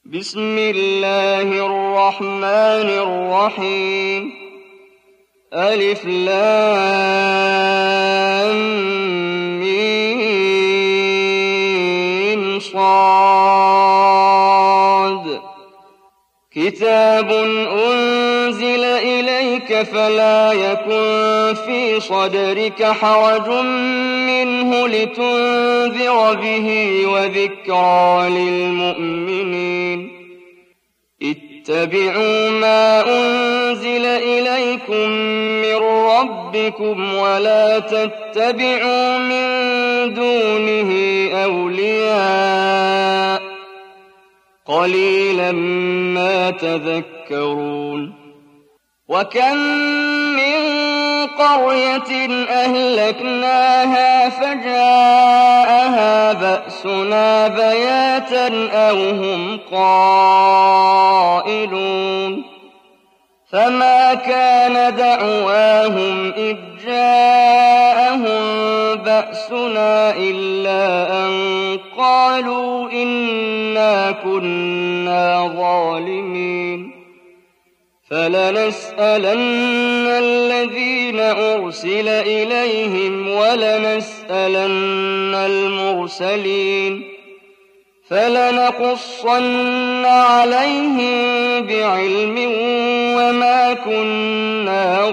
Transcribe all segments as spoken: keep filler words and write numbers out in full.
بسم الله الرحمن الرحيم ألف لام ميم صاد كتاب أنزل إليك فلا يكن في صدرك حرج منه لتنذر به وذكرى للمؤمنين اتبعوا ما أنزل إليكم من ربكم ولا تتبعوا من دونه أولياء قليلا ما تذكرون وكم من قرية أهلكناها فجاءها بأسنا بياتا أو هم قائلون فما كان دعواهم إذ جاءهم بأسنا إلا أن قالوا إنا كنا ظالمين فلنسألن الذين أرسل إليهم ولنسألن المرسلين فلنقصن عليهم بعلم وما كنا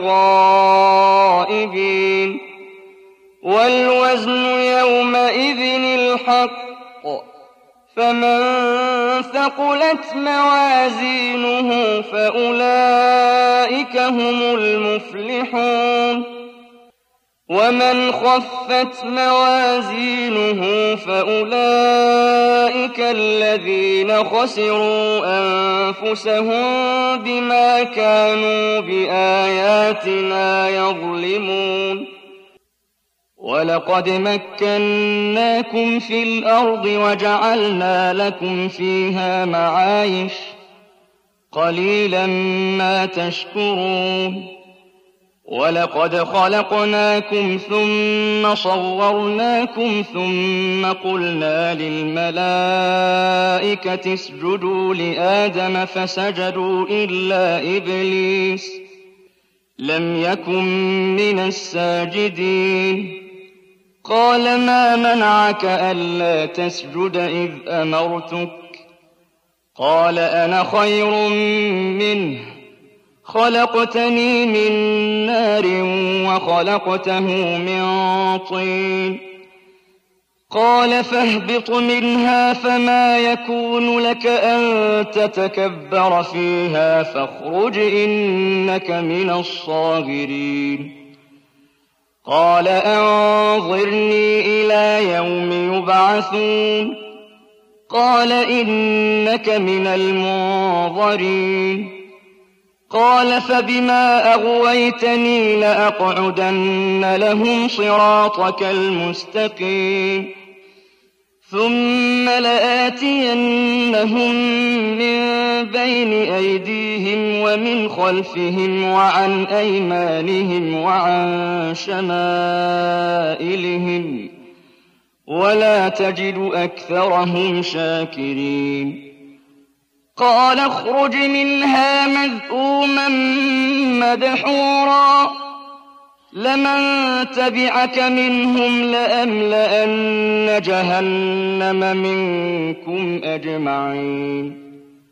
غائبين والوزن يومئذ الحق فمن ثقلت موازينه فأولئك هم المفلحون ومن خفت موازينه فأولئك الذين خسروا أنفسهم بما كانوا بآياتنا يظلمون ولقد مكناكم في الأرض وجعلنا لكم فيها معايش قليلا ما تشكرون ولقد خلقناكم ثم صورناكم ثم قلنا للملائكة اسجدوا لآدم فسجدوا إلا إبليس لم يكن من الساجدين قال ما منعك ألا تسجد إذ أمرتك قال أنا خير منه خلقتني من نار وخلقته من طين قال فاهبط منها فما يكون لك أن تتكبر فيها فاخرج إنك من الصاغرين قال أنظرني إلى يوم يبعثون قال إنك من المنظرين قال فبما أغويتني لأقعدن لهم صراطك المستقيم ثم لآتينهم من بين أيديهم ومن خلفهم وعن أيمانهم وعن شمائلهم ولا تجد أكثرهم شاكرين قال اخرج منها مذءوما مدحورا لمن تبعك منهم لأملأن جهنم منكم أجمعين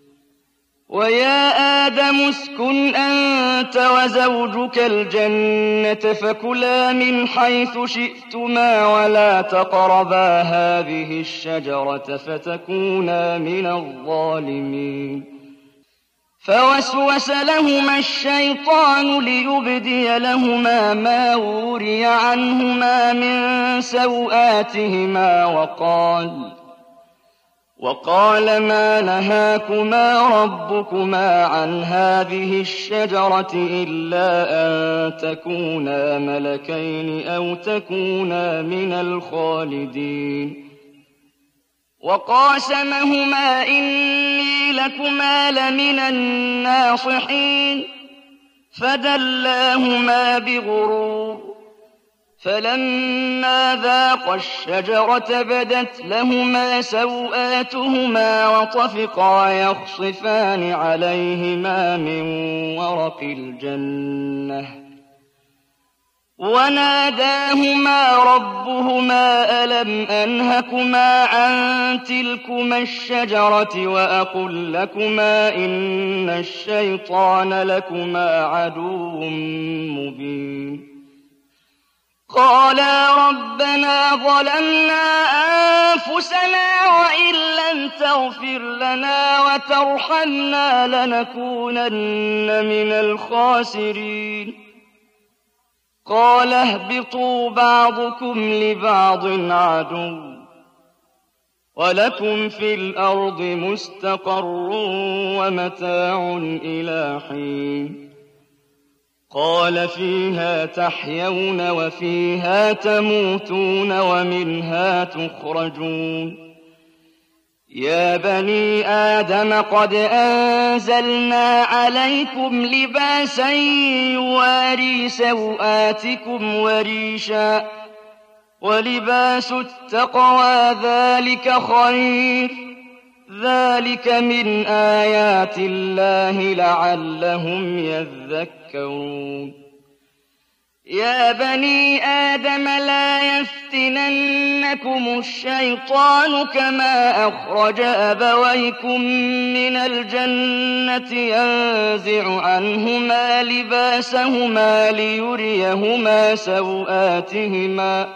ويا آدم اسكن أنت وزوجك الجنة فكلا من حيث شئتما ولا تقربا هذه الشجرة فتكونا من الظالمين فوسوس لهما الشيطان ليبدي لهما ما وري عنهما من سوآتهما وقال وقال ما نهاكما ربكما عن هذه الشجرة إلا أن تكونا ملكين أو تكونا من الخالدين وقاسمهما إني لكما لمن الناصحين فدلاهما بغرور فلما ذاقا الشجرة بدت لهما سوآتهما وطفقا يخصفان عليهما من ورق الجنة وناداهما ربهما ألم أنهكما عن تلكما الشجرة وأقل لكما إن الشيطان لكما عدو مبين قالا ربنا ظلمنا أنفسنا وإن لم تغفر لنا وترحمنا لنكونن من الخاسرين قال اهبطوا بعضكم لبعض عدو ولكم في الأرض مستقر ومتاع إلى حين قال فيها تحيون وفيها تموتون ومنها تخرجون يا بني آدم قد أنزلنا عليكم لباسا يواري سوآتكم وريشا ولباس التقوى ذلك خير ذلك من آيات الله لعلهم يذكرون يا بني آدم لا يفتننكم الشيطان كما أخرج أبويكم من الجنة ينزع عنهما لباسهما ليريهما سوآتهما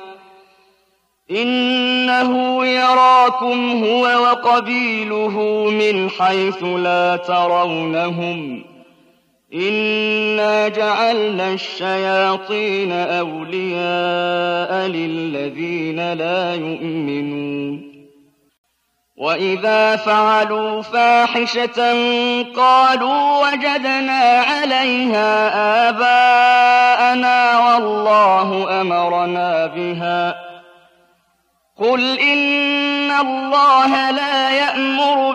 إنه يراكم هو وقبيله من حيث لا ترونهم إنا جعلنا الشياطين أولياء للذين لا يؤمنون وإذا فعلوا فاحشة قالوا وجدنا عليها آباءنا والله أمرنا بها قل إن الله لا يأمر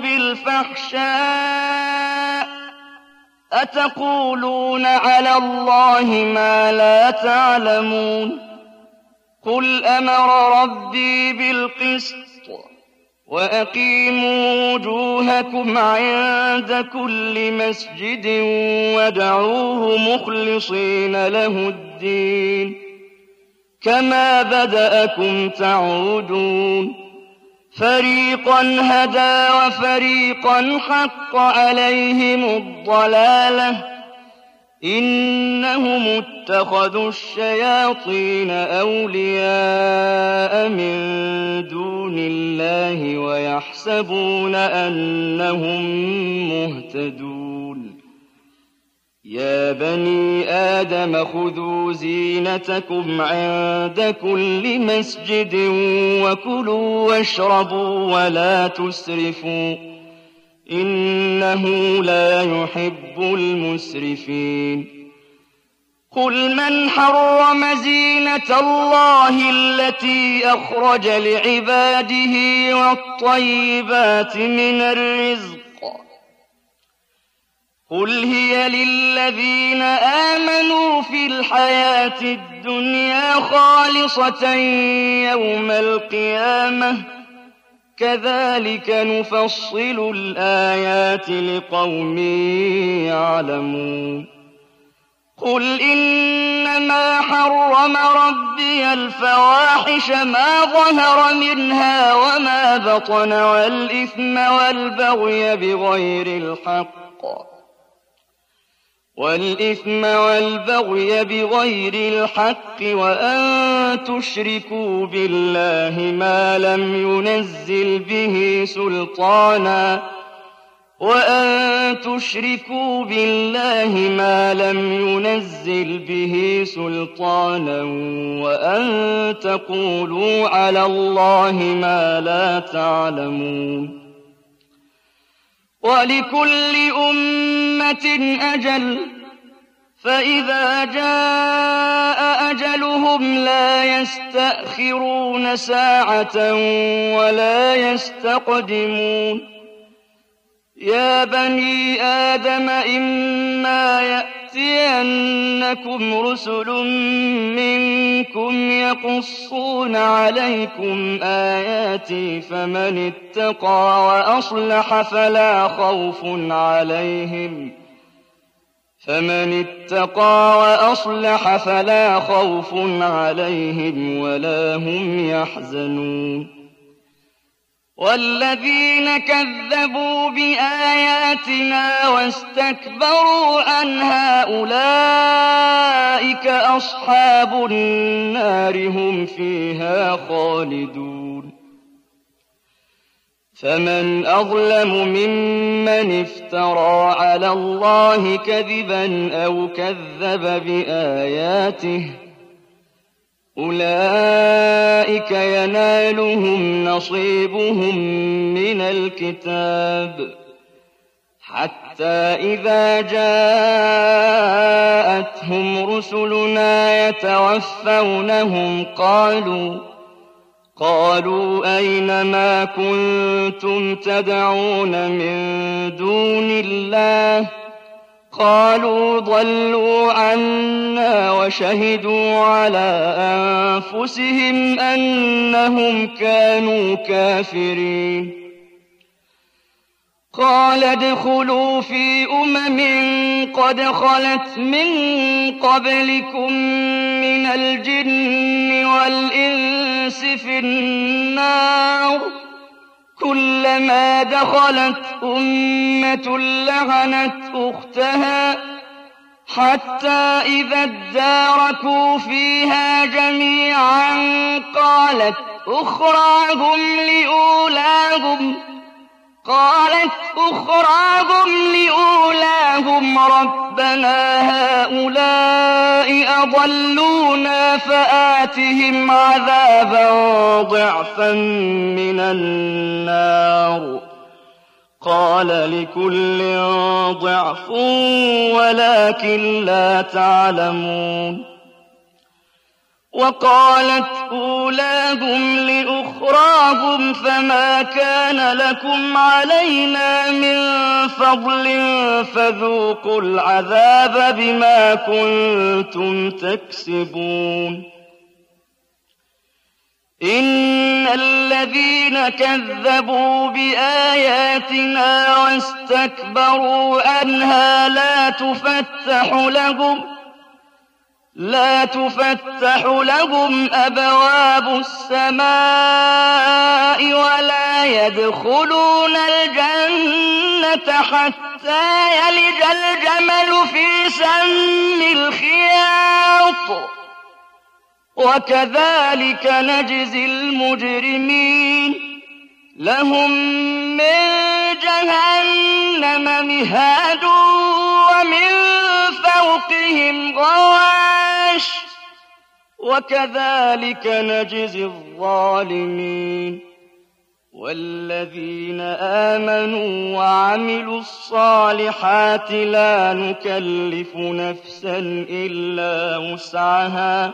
بالفحشاء أتقولون على الله ما لا تعلمون قل أمر ربي بالقسط وأقيموا وجوهكم عند كل مسجد وادعوه مخلصين له الدين كما بدأكم تعودون فريقا هدى وفريقا حق عليهم الضلالة إنهم اتخذوا الشياطين أولياء من دون الله ويحسبون أنهم مهتدون يا بني آدم خذوا زينتكم عند كل مسجد وكلوا واشربوا ولا تسرفوا إنه لا يحب المسرفين قل من حرم زينة الله التي أخرج لعباده والطيبات من الرزق قل هي للذين آمنوا في الحياة الدنيا خالصة يوم القيامة كذلك نفصل الآيات لقوم يعلمون قل إنما حرم ربي الفواحش ما ظهر منها وما بطن والإثم والبغي بغير الحق والإثم والبغي بغير الحق وأن تشركوا بالله ما لم ينزل به سلطانا وأن تشركوا بالله ما لم ينزل به سلطانا وأن تقولوا على الله ما لا تعلمون ولكل أمة أجل فإذا جاء أجلهم لا يستأخرون ساعة ولا يستقدمون يا بني آدم إما يَأْتِيَنَّكُمْ رُسُلٌ مِّنكُمْ يَقُصُّونَ عَلَيْكُمْ آيَاتِي فَمَنِ اتَّقَىٰ وَأَصْلَحَ فَلَا خَوْفٌ عَلَيْهِمْ فَمَنِ اتَّقَىٰ وَأَصْلَحَ فَلَا خَوْفٌ عَلَيْهِمْ وَلَا هُمْ يَحْزَنُونَ وَالَّذِينَ كَذَّبُوا بِآيَاتِنَا وَاسْتَكْبَرُوا عَنْهَا أُولَٰئِكَ أَصْحَابُ النَّارِ هُمْ فِيهَا خَالِدُونَ فَمَنْ أَظْلَمُ مِمَّنِ افْتَرَىٰ عَلَى اللَّهِ كَذِبًا أَوْ كَذَّبَ بِآيَاتِهِ أُولَٰئِكَ يَنَالُهُمْ نَصِيبُهُم مِّنَ الْكِتَابِ حَتَّىٰ إِذَا جَاءَتْهُمْ رُسُلُنَا يَتَوَفَّوْنَهُمْ قَالُوا قَالُوا أَيْنَ مَا كُنتُمْ تَدْعُونَ مِن دُونِ اللَّهِ قَالُوا ضَلُّوا عَنَّا وَشَهِدُوا عَلَىٰ أَنفُسِهِمْ أَنَّهُمْ كَانُوا كَافِرِينَ قَالَ ادْخُلُوا فِي أُمَمٍ قَدْ خَلَتْ مِن قَبْلِكُم مِّنَ الْجِنِّ وَالْإِنسِ فِي النَّارِ كُلَّمَا دَخَلَتْ أُمَّةٌ لَّعَنَتْ أُخْتَهَا حَتَّىٰ إِذَا ادَّارَكُوا فِيهَا جَمِيعًا قَالَتْ أُخْرَاهُمْ لِأُولَاهُمْ قالت أخراهم لأولاهم ربنا هؤلاء أضلونا فآتهم عذابا ضعفا من النار قال لكل ضعف ولكن لا تعلمون وقالت أولاهم لأخراهم فما كان لكم علينا من فضل فذوقوا العذاب بما كنتم تكسبون إن الذين كذبوا بآياتنا واستكبروا عنها لا تفتح لهم لا تفتح لهم أبواب السماء ولا يدخلون الجنة حتى يلج الجمل في سم الخياط وكذلك نجزي المجرمين لهم من جهنم مهاد ومن فوقهم غواش وكذلك نجزي الظالمين والذين آمنوا وعملوا الصالحات لا نكلف نفسا إلا وسعها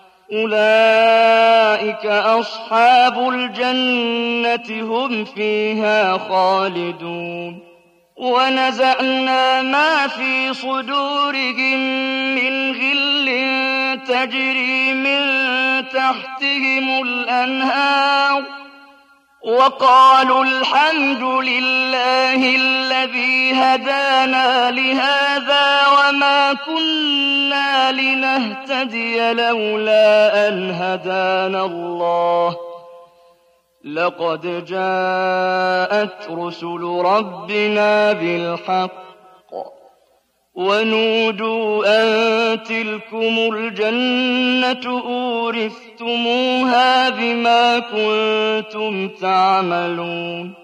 أولئك أصحاب الجنة هم فيها خالدون ونزعنا ما في صدورهم من غل تجري من تحتهم الأنهار وقالوا الحمد لله الذي هدانا لهذا وما كنا لنهتدي لولا أن هدانا الله لقد جاءت رسل ربنا بالحق ونودوا أن تلكم الجنة أورثتموها بما كنتم تعملون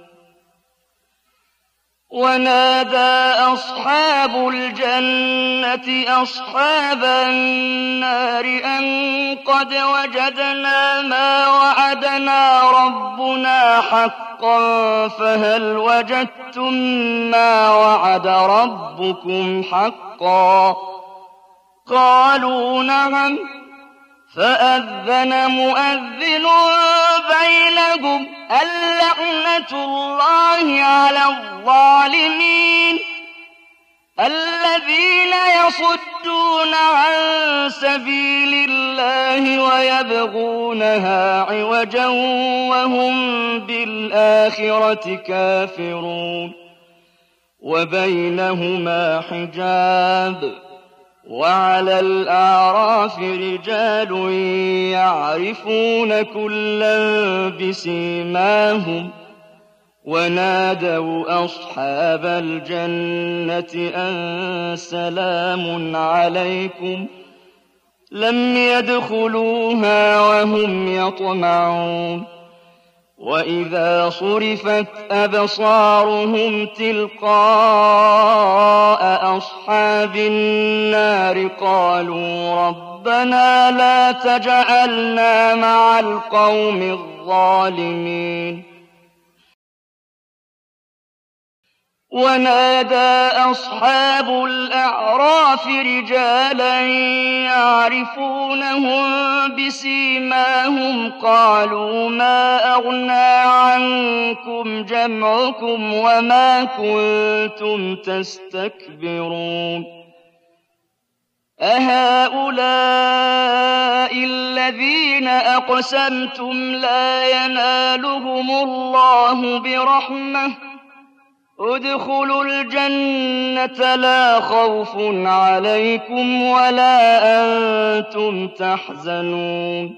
ونادى أصحاب الجنة أصحاب النار أن قد وجدنا ما وعدنا ربنا حقا فهل وجدتم ما وعد ربكم حقا قالوا نعم فأذن مؤذن بينهم اللعنة الله على الظالمين الذين يصدون عن سبيل الله ويبغونها عوجا وهم بالآخرة كافرون وبينهما حجاب وعلى الأعراف رجال يعرفون كلا بسيماهم ونادوا أصحاب الجنة أن سلام عليكم لم يدخلوها وهم يطمعون وإذا صرفت أبصارهم تلقاء أصحاب النار قالوا ربنا لا تجعلنا مع القوم الظالمين ونادى أصحاب الأعراف رجالا يعرفونهم بسيماهم قالوا ما أغنى عنكم جمعكم وما كنتم تستكبرون أهؤلاء الذين أقسمتم لا ينالهم الله برحمة ادخلوا الجنة لا خوف عليكم ولا أنتم تحزنون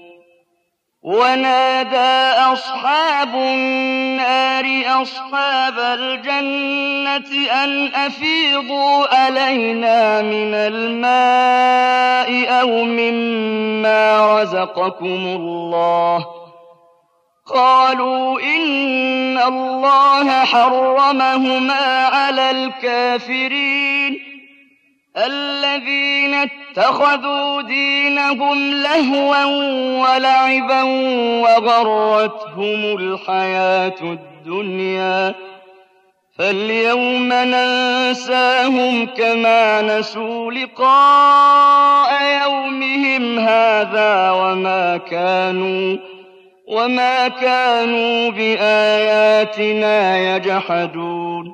ونادى أصحاب النار أصحاب الجنة أن أفيضوا علينا من الماء أو مما رزقكم الله قالوا إن الله حرمهما على الكافرين الذين اتخذوا دينهم لهوا ولعبا وغرتهم الحياة الدنيا فاليوم ننساهم كما نسوا لقاء يومهم هذا وما كانوا وما كانوا بآياتنا يجحدون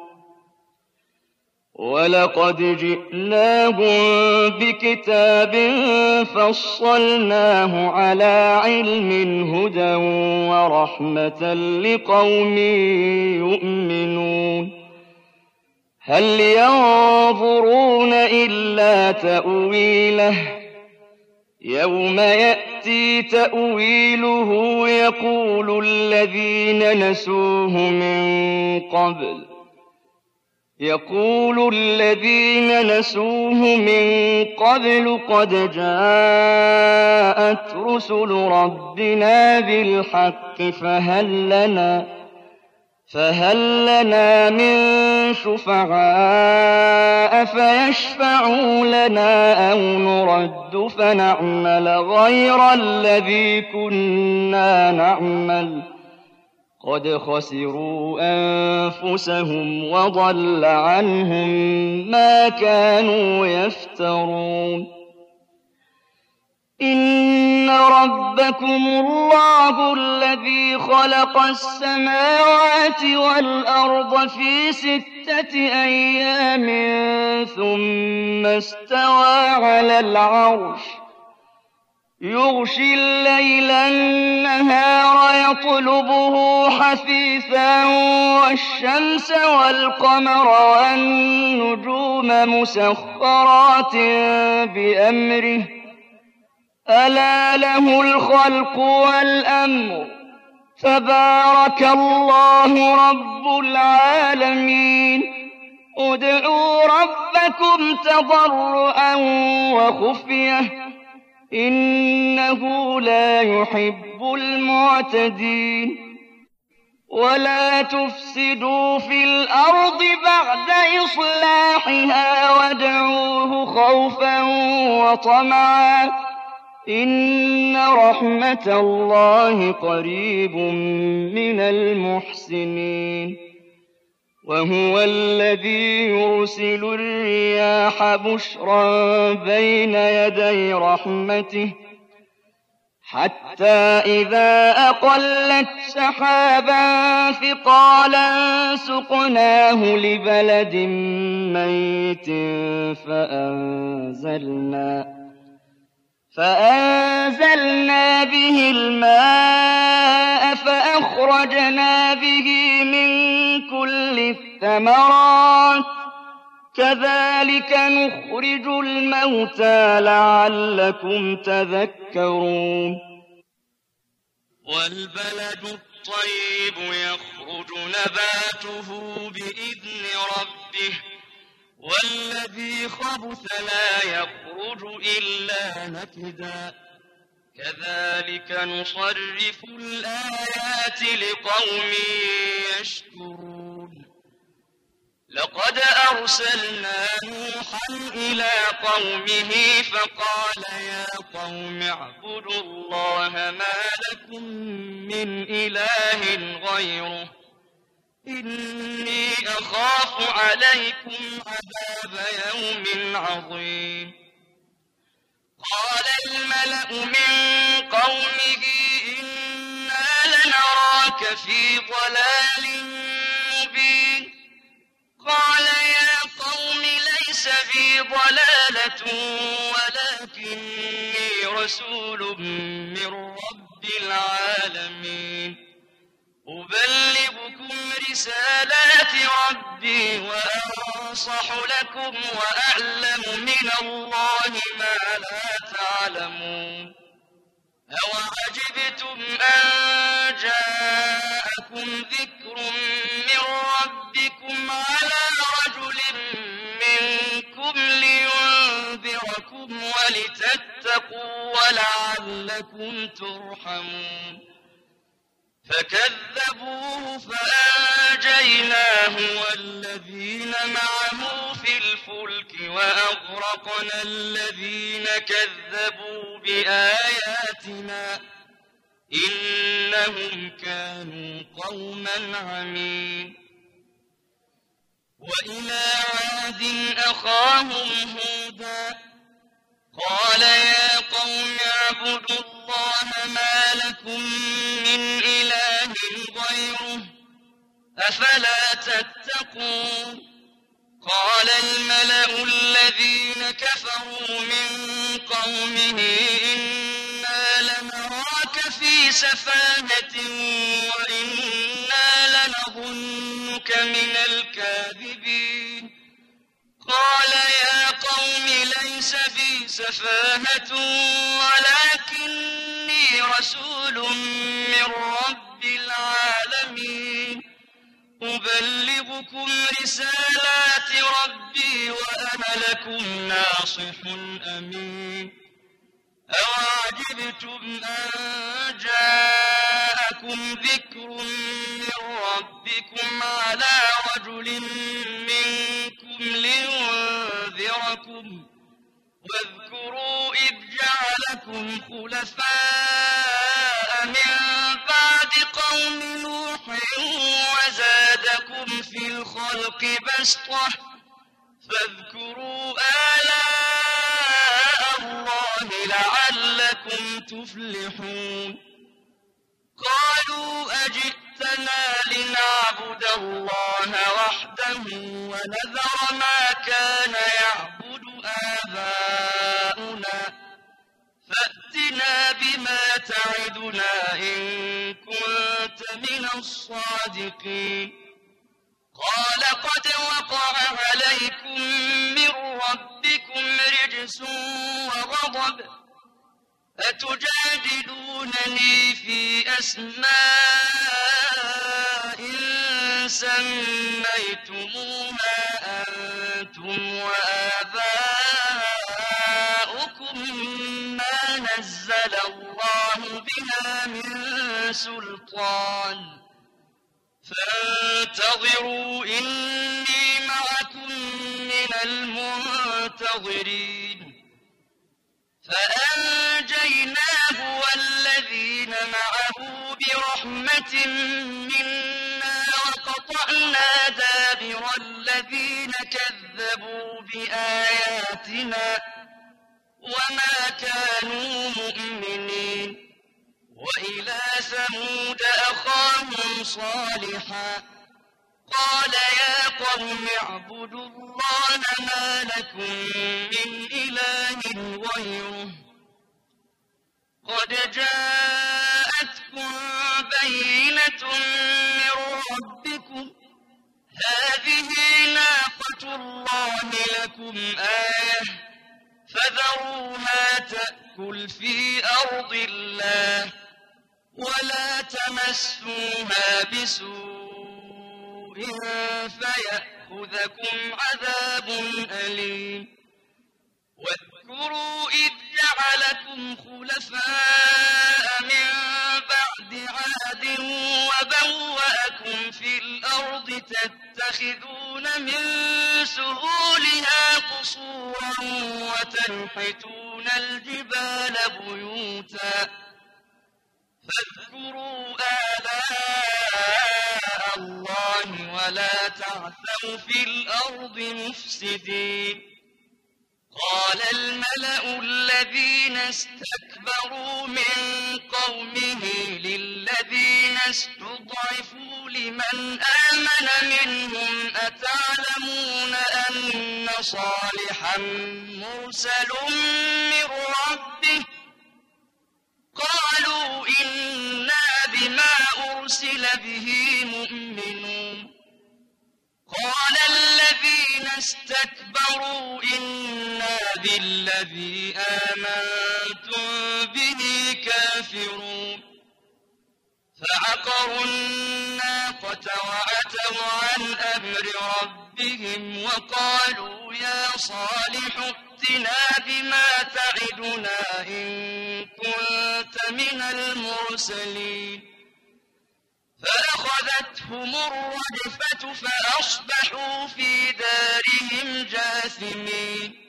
ولقد جئناهم بكتاب فصلناه على علم هدى ورحمة لقوم يؤمنون هل ينظرون إلا تأويله يوم يأتي تأويله يقول الذين نسوه من قبل يقول الذين نسوه من قبل قد جاءت رسل ربنا بالحق فهل لنا فهل لنا من شفعاء فيشفعوا لنا أو نرد فنعمل غير الذي كنا نعمل قد خسروا أنفسهم وضل عنهم ما كانوا يفترون إن ربكم الله الذي خلق السماوات والأرض في ستة أيام ثم استوى على العرش يغشي الليل النهار يطلبه حثيثا والشمس والقمر والنجوم مسخرات بأمره ألا له الخلق والأمر تبارك الله رب العالمين ادعوا ربكم تضرعا وخفية إنه لا يحب المعتدين ولا تفسدوا في الأرض بعد إصلاحها وادعوه خوفا وطمعا إن رحمة الله قريب من المحسنين وهو الذي يرسل الرياح بشرا بين يدي رحمته حتى إذا أقلت سحابا ثقالا سقناه لبلد ميت فأنزلنا فأنزلنا به الماء فأخرجنا به من كل الثمرات كذلك نخرج الموتى لعلكم تذكرون والبلد الطيب يخرج نباته بإذن ربه والذي خبث لا يخرج إلا نكدا كذلك نصرف الآيات لقوم يشكرون لقد أرسلنا نوحا إلى قومه فقال يا قوم اعبدوا الله ما لكم من إله غيره إني أخاف عليكم عذاب يوم عظيم قال الملأ من قومه إنا لنراك في ضلال مبين قال يا قوم ليس بي ضلالة ولكني رسول من رب العالمين أبلغكم رسالات ربي وأنصح لكم وأعلم من الله ما لا تعلمون أوعجبتم أن جاءكم ذكر من ربكم على رجل منكم لينذركم ولتتقوا ولعلكم ترحمون فكذبوه فأنجيناه والذين معه في الفلك وأغرقنا الذين كذبوا بآياتنا إنهم كانوا قوما عمين وإلى عاد أخاهم هودا قال يا قوم اعبدوا الله ما لكم من إله غيره أفلا تتقون قال الملأ الذين كفروا من قومه إنا لنراك في سفاهة وإنا لنظنك من الكاذبين قال يا قوم ليس بي سفاهة ولكني رسول من رب العالمين أبلغكم رسالات ربي وأنا لكم ناصح أمين أوعجبتم أن جاءكم ذكر من ربكم على رجل منكم لينذركم واذكروا إذ جعلكم خلفاء من بعد قوم نوح وزادكم في الخلق بسطة فاذكروا آلاء الله لعلكم تفلحون قالوا أجئتنا لنعبد الله وحده ونذر ما كان يعبد آباؤنا فأتنا بما تعدنا إن كنت من الصادقين قال قد وقع عليكم من ربكم رجس وغضب أتجادلونني في أسماء سميتموها أنتم وآباؤكم ما نزل الله بها من سلطان فانتظروا إني معكم من المنتظرين فأنجيناه والذين معه برحمة منا وقطعنا دابر الذين كذبوا بآياتنا وما كانوا مؤمنين وإلى ثمود أخاهم صالحا قال يا قوم اعبدوا الله ما لكم من إله غيره قد جاءتكم بينة من ربكم هذه ناقة الله لكم آية فذروها تأكل في أرض الله ولا تمسوها بسوء فيأخذكم عذاب أليم واذكروا إذ جعلكم خلفاء من بعد عاد وبوأكم في الأرض تتخذون من سهولها قصورا وتنحتون الجبال بيوتا فاذكروا آلاء الله ولا تعثوا في الأرض مفسدين قال الملأ الذين استكبروا من قومه للذين استضعفوا لمن آمن منهم أتعلمون أن صالحا مرسل من ربه قالوا إنا بما أرسل به مؤمنون قال الذين استكبروا إنا بالذي آمنتم به كافرون فعقروا الناقة وعتوا عن أمر ربهم وقالوا يا صالح ائتنا بما تعدنا إن كنت من المرسلين فأخذتهم الرجفة فأصبحوا في دارهم جاثمين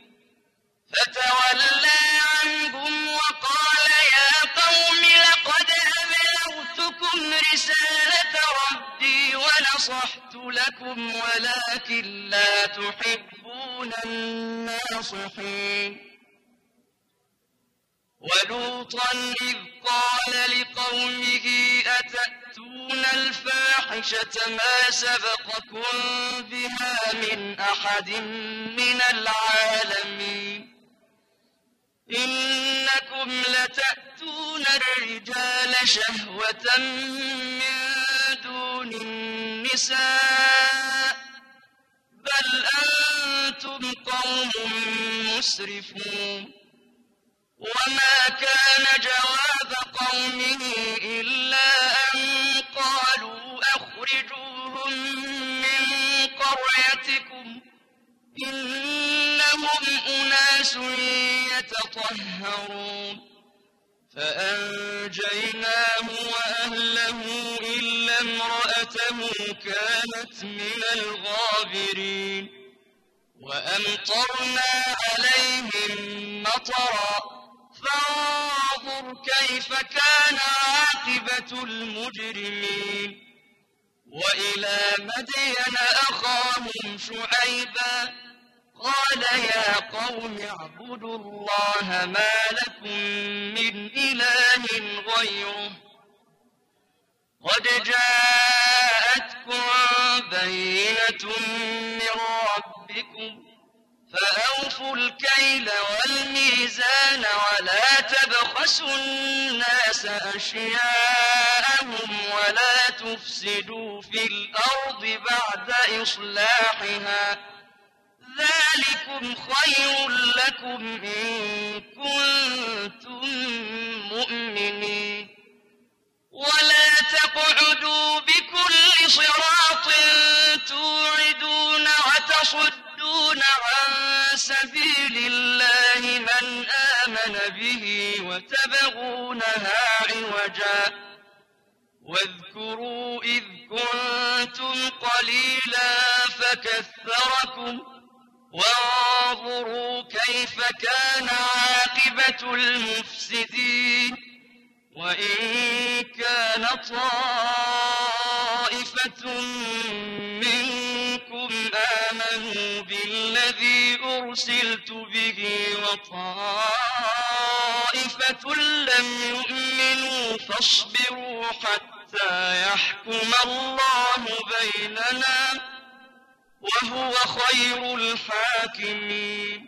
فتولى عنهم وقال يا قوم لقد أبلغتكم رسالة ربي ونصحت لكم ولكن لا تحبون الناصحين ولوطا إذ قال لقومه أتأتون الفاحشة ما سبقكم بها من أحد من العالمين إنكم لتأتون الرجال شهوة من دون النساء بل أنتم قوم مسرفون وما كان جواب قومه إلا أن قالوا أخرجوهم من قريتكم إنهم أناس يتطهرون فأنجيناه وأهله إلا امرأته كانت من الغابرين وأمطرنا عليهم مطرا فانظر كيف كان عاقبة المجرمين وإلى مدين أخاهم شعيبا قال يا قوم اعبدوا الله ما لكم من إله غيره قد جاءتكم بينة من ربكم فأوفوا الكيل والميزان ولا تبخسوا الناس أشياءهم ولا تفسدوا في الأرض بعد إصلاحها ذلكم خير لكم إن كنتم مؤمنين ولا تقعدوا بكل صراط توعدون وتصدون عن سبيل الله من آمن به وتبغونها عوجا واذكروا إذ كنتم قليلا فكثركم وانظروا كيف كان عاقبة المفسدين وإن كان طائفة طائفة منكم آمنوا بالذي أرسلت به وطائفة لم يؤمنوا فاصبروا حتى يحكم الله بيننا وهو خير الحاكمين.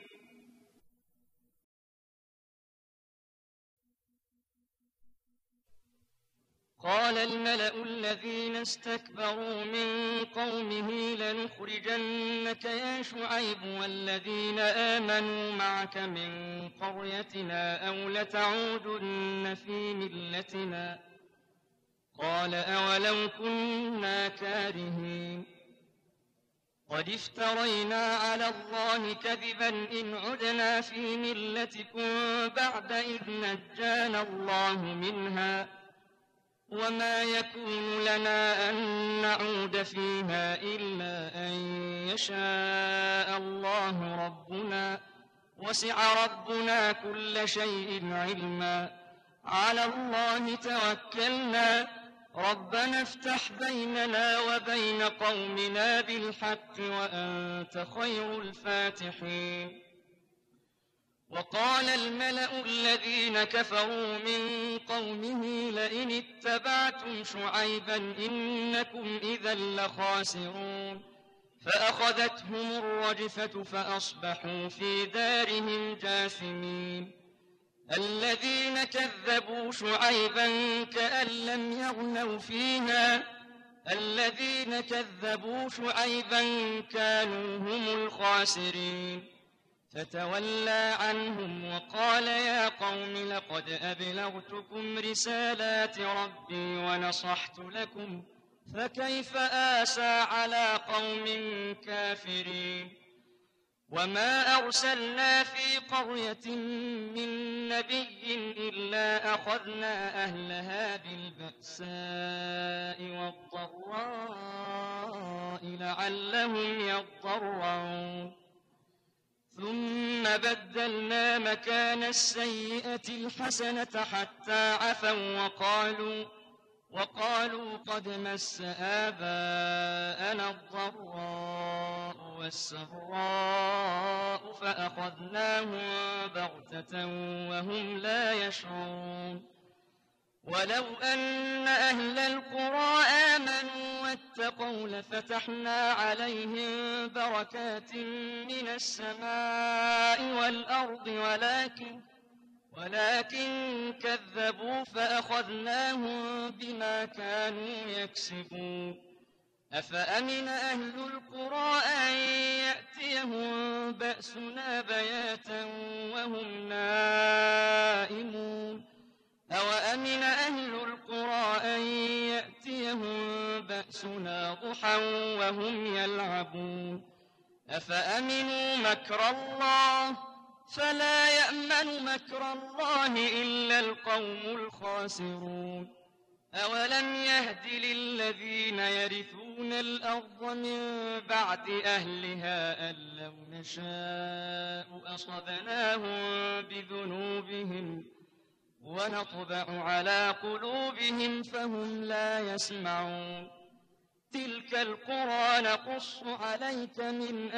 قال الملأ الذين استكبروا من قومه لنخرجنك يا شعيب والذين آمنوا معك من قريتنا أو لتعودن في ملتنا. قال أولو كنا كارهين قد افترينا على الله كذبا إن عدنا في ملتكم بعد إذ نجانا الله منها وما يكون لنا أن نعود فيها إلا أن يشاء الله ربنا وسع ربنا كل شيء علما على الله توكلنا ربنا افتح بيننا وبين قومنا بالحق وأنت خير الفاتحين. وقال الملأ الذين كفروا من قومه لئن اتبعتم شعيبا إنكم إذا لخاسرون فأخذتهم الرجفة فأصبحوا في دارهم جاثمين. الذين كذبوا شعيبا كأن لم يغنوا فيها الذين كذبوا شعيبا كانوا هم الخاسرين. فتولى عنهم وقال يا قوم لقد أبلغتكم رسالات ربي ونصحت لكم فكيف آسى على قوم كافرين. وما أرسلنا في قرية من نبي إلا أخذنا أهلها بالبأساء والضراء لعلهم يضرعون ثم بدلنا مكان السيئة الحسنة حتى عفوا وقالوا وقالوا قد مس آباءنا الضراء والسراء فأخذناهم بغتة وهم لا يشعرون. ولو أن أهل القرى آمنوا واتقوا لفتحنا عليهم بركات من السماء والأرض ولكن ولكن كذبوا فأخذناهم بما كانوا يكسبون. أفأمن أهل القرى أن يأتيهم بأسنا بياتا وهم نائمون أوأمن أهل القرى أن يأتيهم بأسنا ضحى وهم يلعبون أفأمنوا مكر الله فلا يأمن مكر الله إلا القوم الخاسرون. أولم يهد للذين يرثون الأرض من بعد أهلها أن لو نشاء أصبناهم بذنوبهم ونطبع على قلوبهم فهم لا يسمعون. تلك القرى نقص عليك من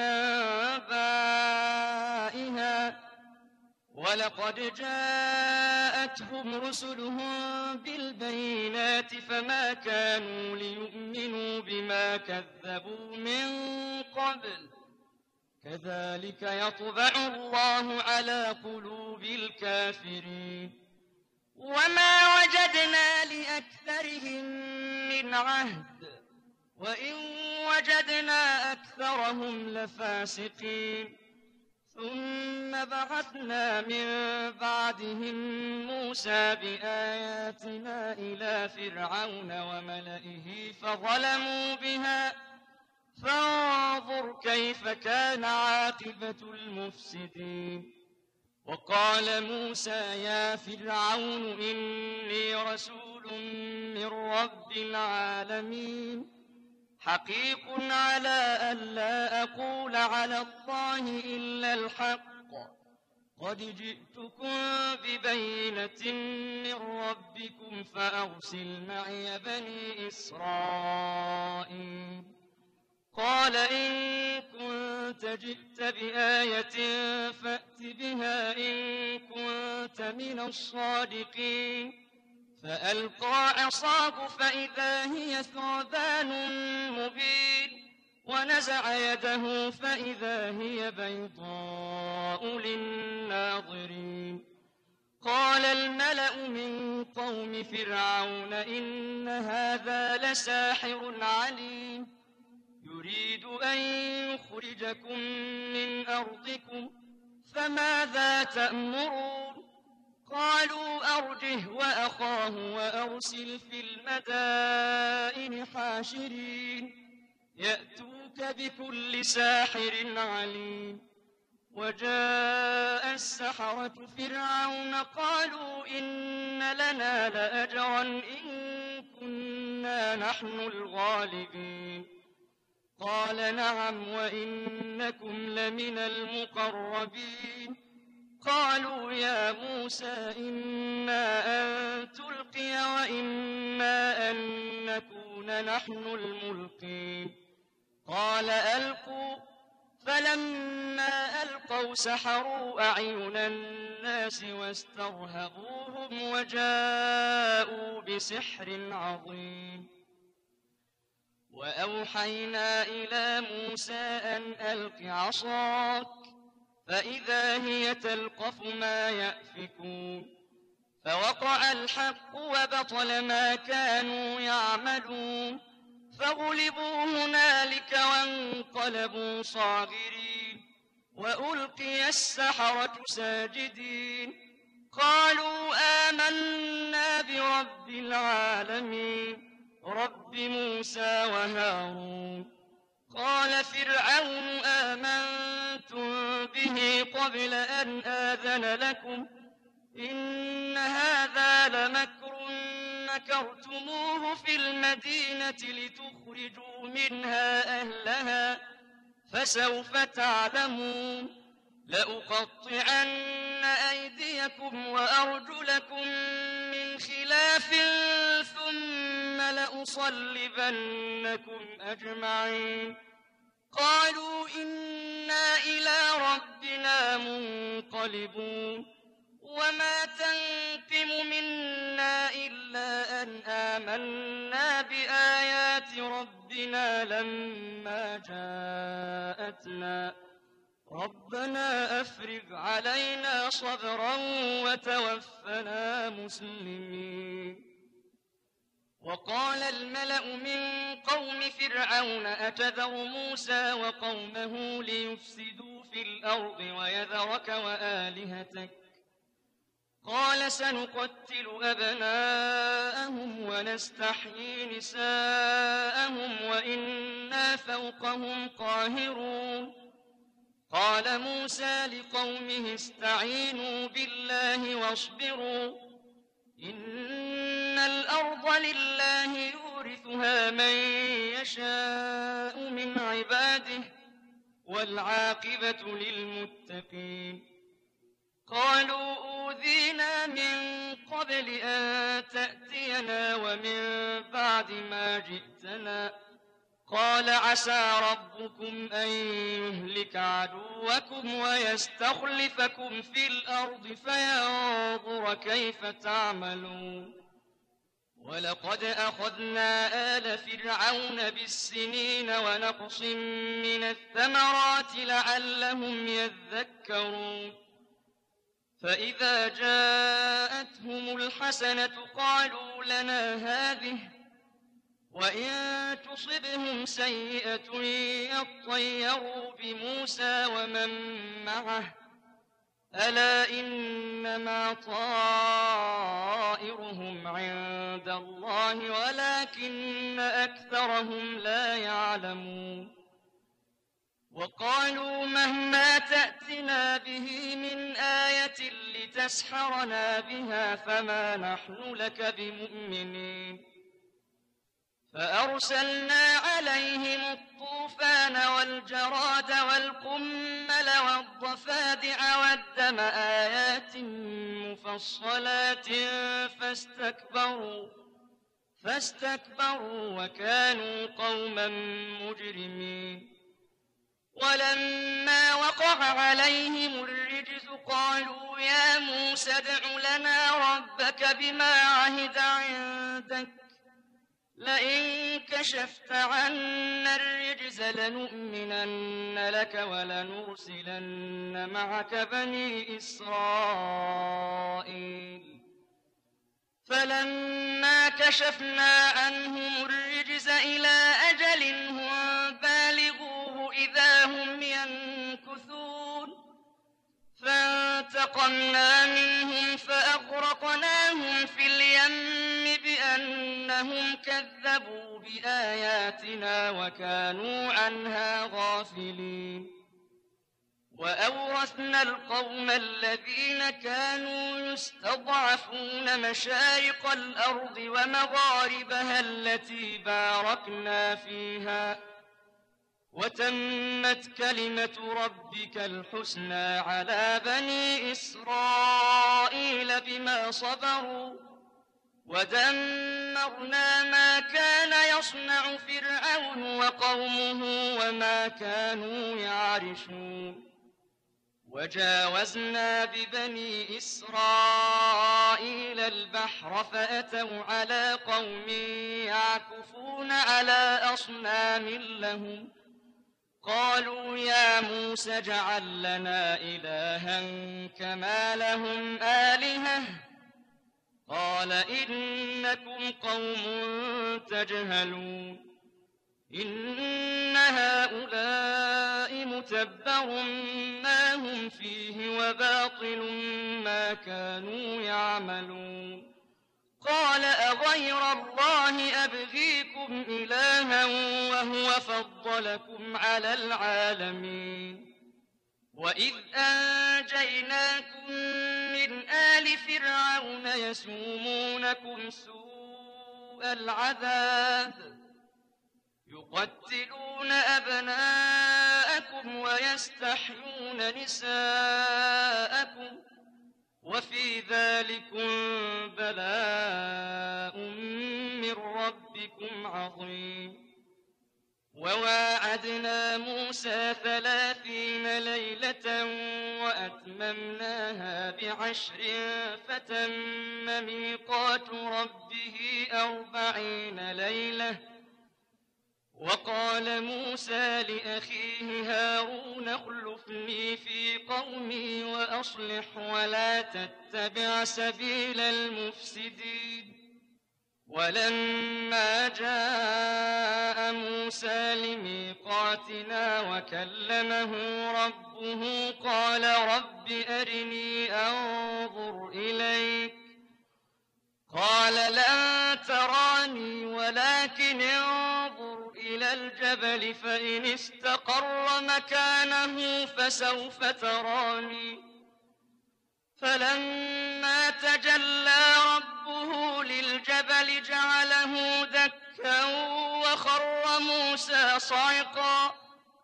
أنبائها ولقد جاءتهم رسلهم بالبينات فما كانوا ليؤمنوا بما كذبوا من قبل كذلك يطبع الله على قلوب الكافرين. وما وجدنا لأكثرهم من عهد وإن وجدنا أكثرهم لفاسقين. ثم بعثنا من بعدهم موسى بآياتنا إلى فرعون وملئه فظلموا بها فانظر كيف كان عاقبة المفسدين. وقال موسى يا فرعون إني رسول من رب العالمين حقيق على ألا أقول على الله إلا الحق قد جئتكم ببينة من ربكم فأرسل معي بني إسرائيل قال إن كنت جئت بآية فأت بها إن كنت من الصادقين فألقى عصاه فإذا هي ثعبان مبين ونزع يده فإذا هي بيضاء للناظرين قال الملأ من قوم فرعون إن هذا لساحر عليم يريد أن يخرجكم من أرضكم فماذا تأمرون قالوا أرجه وأخاه وأرسل في المدائن حاشرين يأتوك بكل ساحر عليم وجاء السحرة فرعون قالوا إن لنا لأجرا إن كنا نحن الغالبين قال نعم وإنكم لمن المقربين قالوا يا موسى إما أن تلقي وإما أن نكون نحن الملقين قال ألقوا فلما ألقوا سحروا أعين الناس واسترهبوهم وجاءوا بسحر عظيم وأوحينا إلى موسى أن ألق عصاك فإذا هي تلقف ما يأفكون فوقع الحق وبطل ما كانوا يعملون فغلبوا هنالك وانقلبوا صاغرين وألقي السحرة ساجدين قالوا آمنا برب العالمين رب موسى وهارون قال فرعون آمنتم به قبل أن آذن لكم إن هذا لمكر مكرتموه في المدينة لتخرجوا منها أهلها فسوف تعلمون لأقطعن أيديكم وأرجلكم من خلاف ثم لأصلبنكم أجمعين قالوا إنا إلى ربنا منقلبون وما تنقم منا إلا أن آمنا بآيات ربنا لما جاءتنا ربنا أفرغ علينا صبرا وتوفنا مسلمين وقال الملأ من قوم فرعون أتذر موسى وقومه ليفسدوا في الأرض ويذرك وآلهتك قال سنقتل أبناءهم ونستحيي نساءهم وإنا فوقهم قاهرون قال موسى لقومه استعينوا بالله واصبروا إن الأرض لله يورثها من يشاء من عباده والعاقبة للمتقين قالوا أوذينا من قبل أن تأتينا ومن بعد ما جئتنا قال عسى ربكم أن يهلك عدوكم ويستخلفكم في الأرض فينظر كيف تعملون ولقد أخذنا آل فرعون بالسنين ونقص من الثمرات لعلهم يذكرون فإذا جاءتهم الحسنة قالوا لنا هذه وإن تصبهم سيئة يطيروا بموسى ومن معه ألا إنما طائرهم عند الله ولكن أكثرهم لا يعلمون وقالوا مهما تأتنا به من آية لتسحرنا بها فما نحن لك بمؤمنين فأرسلنا عليهم الطوفان والجراد والقمل والضفادع والدم آيات مفصلات فاستكبروا فاستكبروا وكانوا قوما مجرمين. ولما وقع عليهم الرجز قالوا يا موسى ادع لنا ربك بما عهد عندك لئن كشفت عنا الرجز لنؤمنن لك ولنرسلن معك بني إسرائيل. فلما كشفنا عنهم الرجز إلى أجل هم بالغوه إذا هم ينكثون فانتقمنا منهم فأغرقناهم في اليم بأنهم كذبوا بآياتنا وكانوا عنها غافلين. وأورثنا القوم الذين كانوا يستضعفون مشارق الأرض ومغاربها التي باركنا فيها وتمت كلمة ربك الحسنى على بني إسرائيل بما صبروا ودمرنا ما كان يصنع فرعون وقومه وما كانوا يعرشون. وجاوزنا ببني إسرائيل البحر فأتوا على قوم يعكفون على أصنام لهم قالوا يا موسى اجعل لنا إلها كما لهم آلهة قال إنكم قوم تجهلون. إن هؤلاء متبر ما هم فيه وباطل ما كانوا يعملون. قال أغير الله أبغيكم إلها وهو فضلكم على العالمين. وإذ أنجيناكم من آل فرعون يسومونكم سوء العذاب يقتلون أبناءكم ويستحيون نساءكم وفي ذلكم بلاء من ربكم عظيم. وواعدنا موسى ثلاثين ليلة وأتممناها بعشر فتم ميقات ربه أربعين ليلة. وقال موسى لأخيه هارون اخلفني في قومي وأصلح ولا تتبع سبيل المفسدين. ولما جاء موسى لميقاتنا وكلمه ربه قال رب أرني أنظر إليك قال لن تراني ولكن انظر إلى الجبل فإن استقر مكانه فسوف تراني. فلما تجلى ربه للجبل جعله دكا وخر موسى صعقا.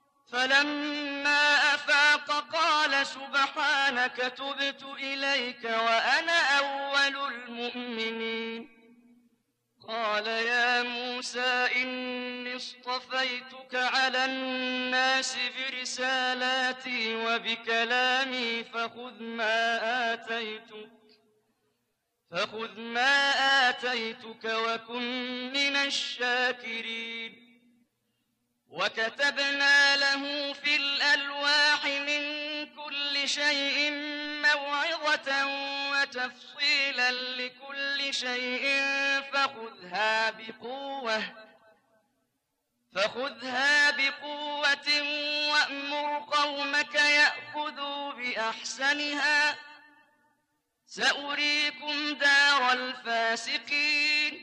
فلما أفاق قال سبحانك تبت إليك وأنا أول المؤمنين. قال يا موسى إني اصطفيتك على الناس برسالاتي وبكلامي فخذ ما آتيتك فخذ ما آتيتك وكن من الشاكرين. وكتبنا له في الألواح من كل شيء موعظة وتفصيلا لكل شيء فخذها بقوة فخذها بقوة وأمر قومك يأخذوا بأحسنها سأريكم دار الفاسقين.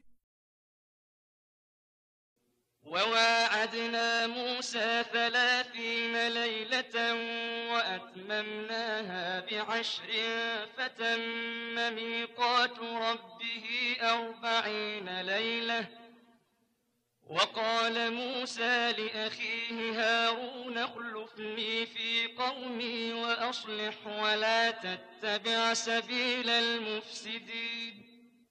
وواعدنا موسى ثلاثين ليلة وأتممناها بعشر فتم ميقات ربه أربعين ليلة. وقال موسى لأخيه هارون اخلفني في في قومي وأصلح ولا تتبع سبيل المفسدين.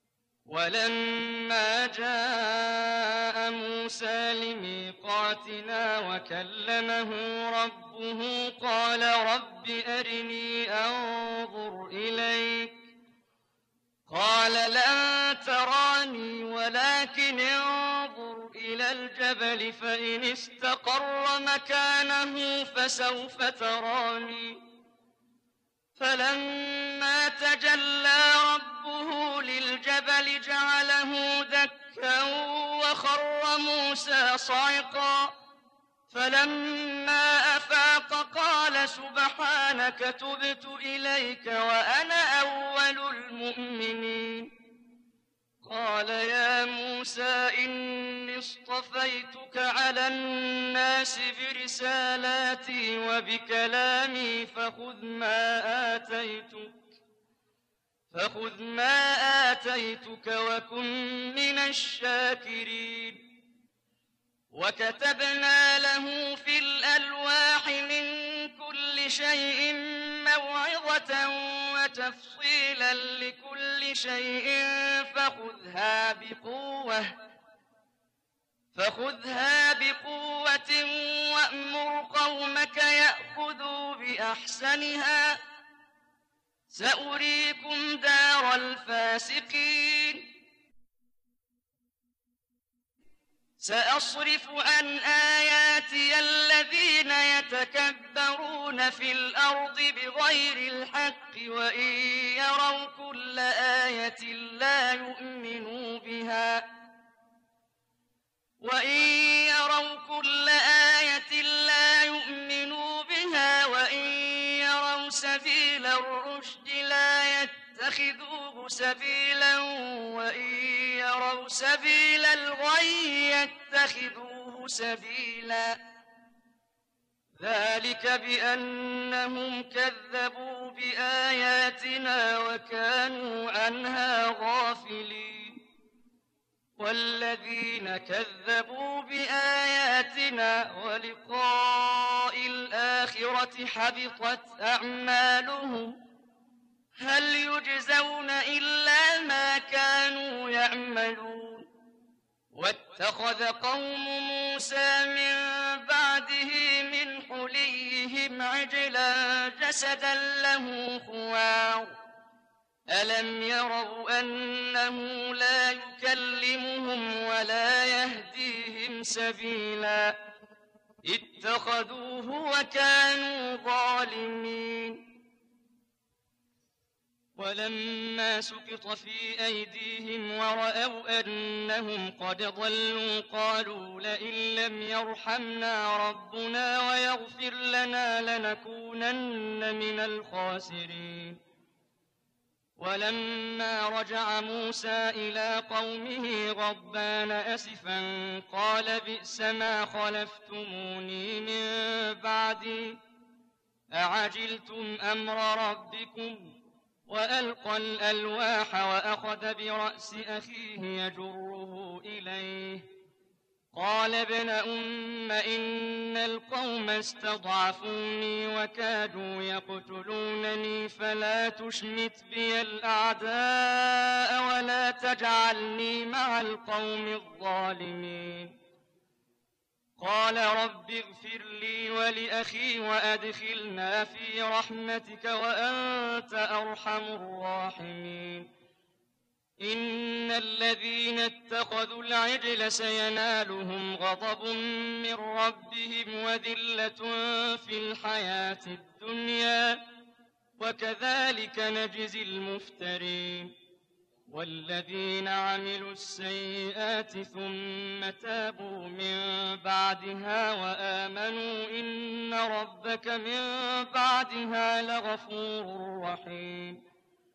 ولما جاء موسى لميقاتنا وكلمه ربه قال رب أرني أنظر إليك قال لن تراني ولكن انظر إلى الجبل فإن استقر مكانه فسوف تراني. فلما تجلى ربه للجبل جعله دكا وخر موسى صعقا. فلما أفاق قال سبحانك تبت إليك وأنا أول المؤمنين. قال يا موسى إني اصطفيتك على الناس برسالاتي وبكلامي فخذ ما آتيتك فخذ ما آتيتك وكن من الشاكرين. وكتبنا له في الألواح من كل شيء موعظة وتفصيلا لكل شيء فخذها بقوة فخذها بقوة وأمر قومك يأخذوا بأحسنها سأريكم دار الفاسقين. سأصرف عن آياتي الذين يتكبرون في الأرض بغير الحق وإن يروا كل آية لا يؤمنوا بها وإن يروا كل آية لا يؤمنوا بها وإن يروا سبيل الرشد لا يتخذوه سبيلا وإن يروا سبيل الغي يتخذوه سبيلا. ذلك بأنهم كذبوا بآياتنا وكانوا عنها غافلين. والذين كذبوا بآياتنا ولقاء الآخرة حبطت أعمالهم هل يجزون إلا ما كانوا يعملون. واتخذ قوم موسى من بعده من حليهم عجلا جسدا له خوار ألم يروا أنه لا يكلمهم ولا يهديهم سبيلا اتخذوه وكانوا ظالمين. ولما سقط في أيديهم ورأوا أنهم قد ضلوا قالوا لئن لم يرحمنا ربنا ويغفر لنا لنكونن من الخاسرين. ولما رجع موسى إلى قومه غضبان أسفا قال بئس ما خلفتموني من بعدي أعجلتم أمر ربكم وألقى الألواح وأخذ برأس أخيه يجره إليه قال ابن أم إن القوم استضعفوني وكادوا يقتلونني فلا تشمت بي الأعداء ولا تجعلني مع القوم الظالمين. قال رب اغفر لي ولأخي وأدخلنا في رحمتك وأنت أرحم الراحمين. إن الذين اتخذوا العجل سينالهم غضب من ربهم وذلة في الحياة الدنيا وكذلك نجزي المفترين. والذين عملوا السيئات ثم تابوا من بعدها وآمنوا إن ربك من بعدها لغفور رحيم.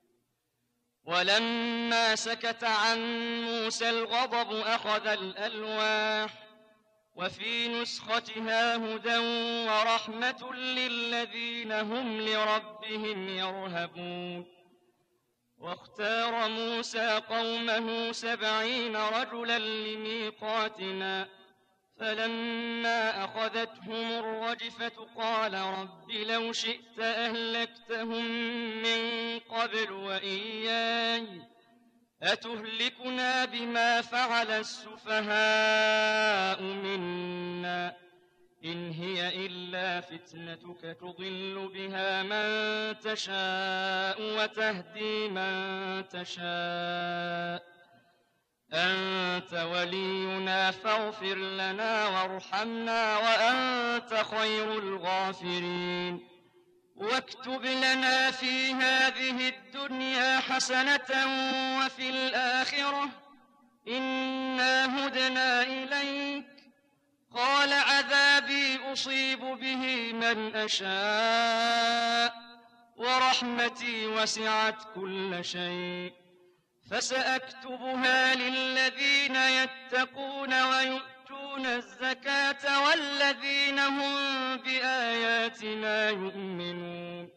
ولما سكت عن موسى الغضب أخذ الألواح وفي نسختها هدى ورحمة للذين هم لربهم يرهبون. واختار موسى قومه سبعين رجلا لميقاتنا فلما أخذتهم الرجفة قال رب لو شئت أهلكتهم من قبل وإياي أتهلكنا بما فعل السفهاء منا إن هي إلا فتنتك تضل بها من تشاء وتهدي من تشاء أنت ولينا فاغفر لنا وارحمنا وأنت خير الغافرين واكتب لنا في هذه الدنيا حسنة وفي الآخرة إنا هدنا إليك قال عذابي أصيب به من أشاء ورحمتي وسعت كل شيء فسأكتبها للذين يتقون ويؤتون الزكاة والذين هم بآياتنا يؤمنون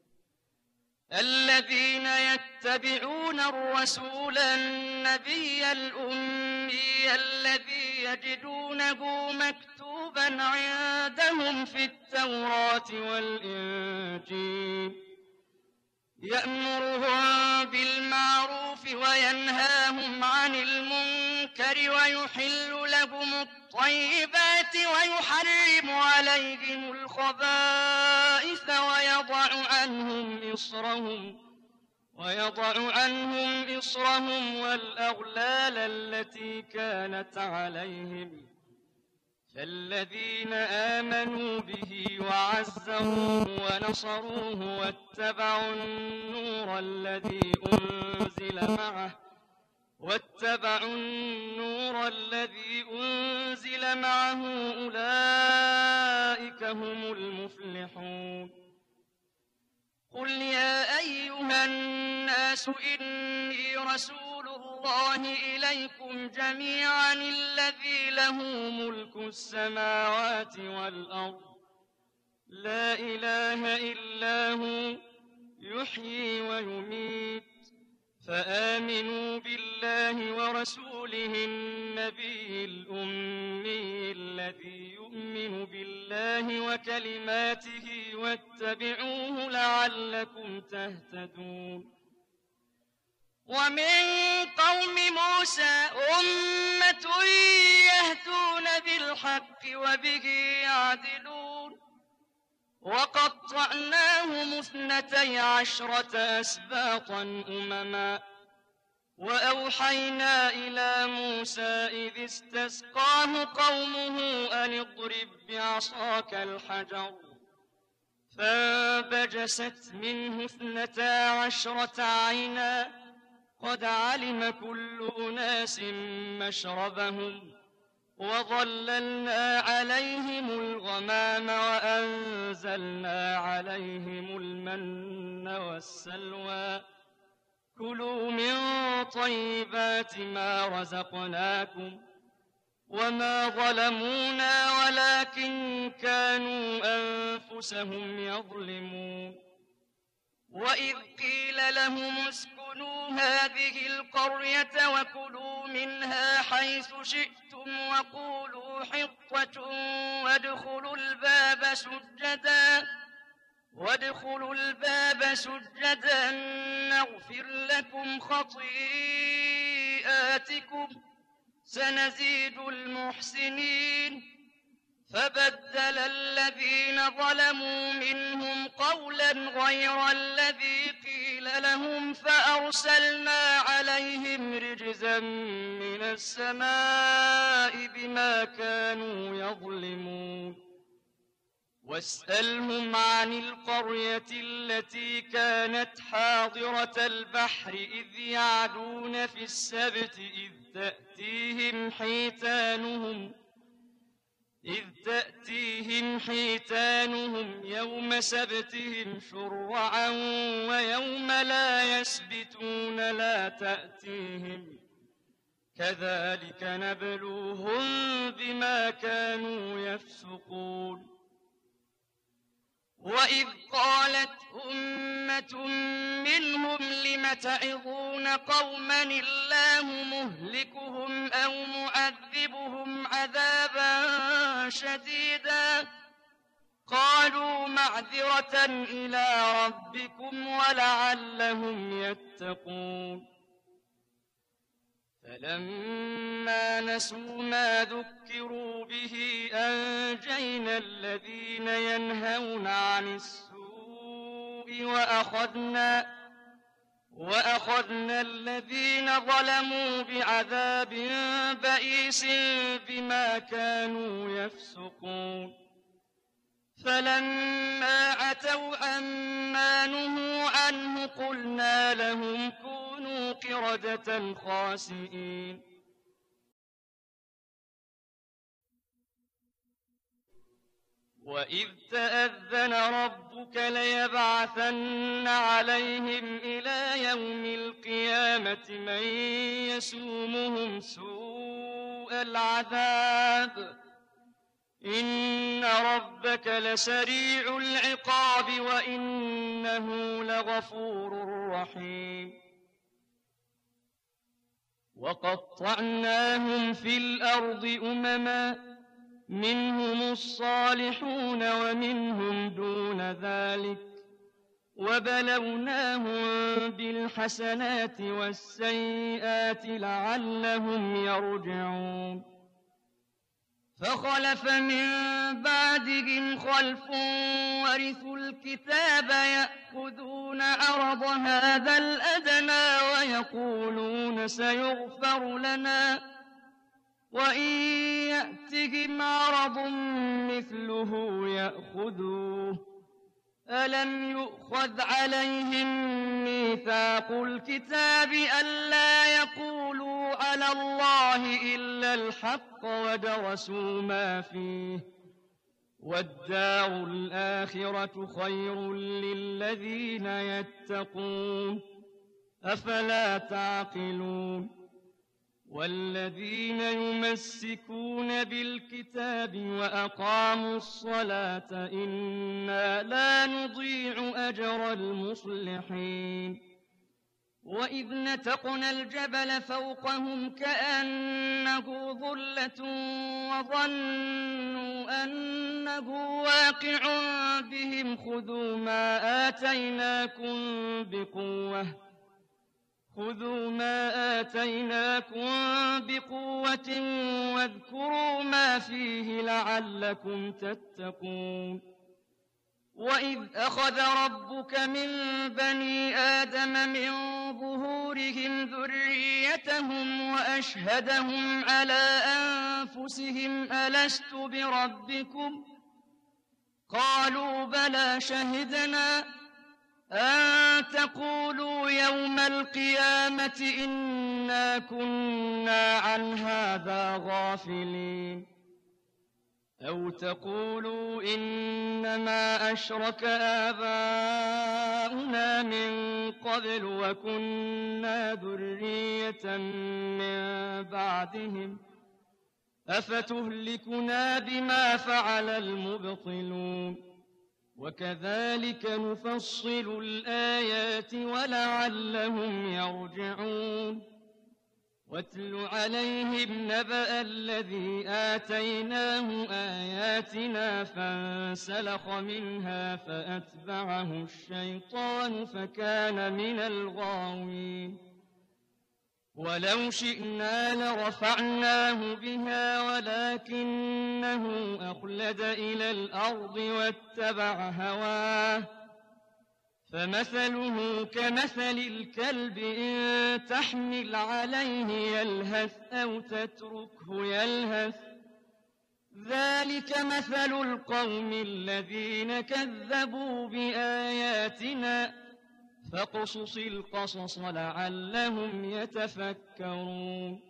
الذين يتبعون الرسول النبي الأمي الذي يجدونه مكتوبا عندهم في التوراة والإنجيل يأمرهم بالمعروف وينهاهم عن المنكر ويحل لهم الطيبات ويحرم عليهم الخبائث ويضع عنهم إصرهم ويضع عنهم إصرهم والأغلال التي كانت عليهم فالذين آمنوا به وعزروه ونصروه واتبعوا النور الذي أنزل معه واتبعوا النور الذي أنزل معه أولئك هم المفلحون قل يا أيها الناس إني رسول الله إليكم جميعا الذي له ملك السماوات والأرض لا إله إلا هو يحيي ويميت فآمنوا بالله ورسوله النبي الأمي الذي يؤمن بالله وكلماته واتبعوه لعلكم تهتدون ومن قوم موسى أمة يهدون بالحق وبه يعدلون وقطعناهم اثنتي عشرة أسباطا أمما وأوحينا إلى موسى إذ استسقاه قومه أن اضرب بعصاك الحجر فانبجست منه اثنتا عشرة عينا قد علم كل أناس مشربهم وظللنا عليهم الغمام وأنزلنا عليهم المن والسلوى كلوا من طيبات ما رزقناكم وما ظلمونا ولكن كانوا أنفسهم يظلمون وإذ قيل لهم اسكنوا هذه القرية وكلوا منها حيث شئتم وقولوا حطة وادخلوا الباب سجدا وادخلوا الباب سجدا نغفر لكم خطيئاتكم سنزيد المحسنين فبدل الذين ظلموا منهم قولا غير الذي قيل لهم فأرسلنا عليهم رجزا من السماء بما كانوا يظلمون واسألهم عن القرية التي كانت حاضرة البحر إذ يعدون في السبت إذ تأتيهم حيتانهم إذ تأتيهم حيتانهم يوم سبتهم شرعا ويوم لا يسبتون لا تأتيهم كذلك نبلوهم بما كانوا يفسقون وإذ قالت أمة منهم لم تعظون قوما الله مهلكهم أو معذبهم عذابا شديدا قالوا معذرة إلى ربكم ولعلهم يتقون فلما نسوا ما ذكروا به أنجينا الذين ينهون عن السوء وأخذنا وأخذنا الذين ظلموا بعذاب بئيس بما كانوا يفسقون فلما عتوا عما نهوا عنه قلنا لهم كونوا قردة خاسئين وإذ تأذن ربك ليبعثن عليهم إلى يوم القيامة من يسومهم سوء العذاب إن ربك لسريع العقاب وإنه لغفور رحيم وقطعناهم في الأرض أمما منهم الصالحون ومنهم دون ذلك وبلوناهم بالحسنات والسيئات لعلهم يرجعون فخلف من بعدهم خلف ورثوا الكتاب يأخذون عرض هذا الأدنى ويقولون سيغفر لنا وإن يأتهم عرض مثله يأخذوه ألم يؤخذ عليهم ميثاق الكتاب ألا يقولوا على الله إلا الحق ودرسوا ما فيه والدار الآخرة خير للذين يتقون أفلا تعقلون والذين يمسكون بالكتاب وأقاموا الصلاة إنا لا نضيع أجر المصلحين وإذ نتقنا الجبل فوقهم كأنه ظلة وظنوا أنه واقع بهم خذوا ما آتيناكم بقوة خذوا ما آتيناكم بقوة واذكروا ما فيه لعلكم تتقون وإذ أخذ ربك من بني آدم من ظهورهم ذريتهم وأشهدهم على أنفسهم ألست بربكم قالوا بلى شهدنا أن تقولوا يوم القيامة إنا كنا عن هذا غافلين أو تقولوا إنما أشرك آباؤنا من قبل وكنا ذرية من بعدهم أفتهلكنا بما فعل المبطلون وكذلك نفصل الآيات ولعلهم يرجعون واتل عليهم نبأ الذي آتيناه آياتنا فانسلخ منها فأتبعه الشيطان فكان من الغاوين ولو شئنا لرفعناه بها ولكنه أخلد إلى الأرض واتبع هواه فمثله كمثل الكلب إن تحمل عليه يلهث أو تتركه يلهث ذلك مثل القوم الذين كذبوا بآياتنا فاقصص القصص لعلهم يتفكرون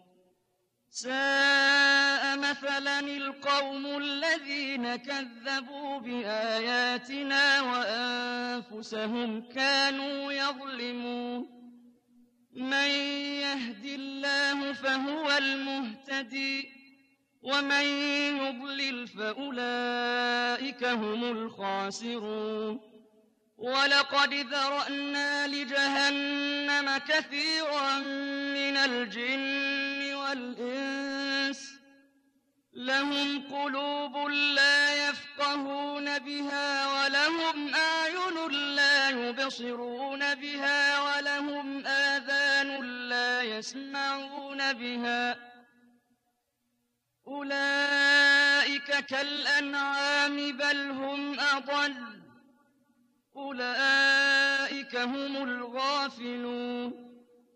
ساء مثلا القوم الذين كذبوا بآياتنا وأنفسهم كانوا يظلمون من يهد الله فهو المهتدي ومن يضلل فأولئك هم الخاسرون ولقد ذرأنا لجهنم كثيرا من الجن والإنس لهم قلوب لا يفقهون بها ولهم أعين لا يبصرون بها ولهم آذان لا يسمعون بها أولئك كالأنعام بل هم أضل أولئك هم الغافلون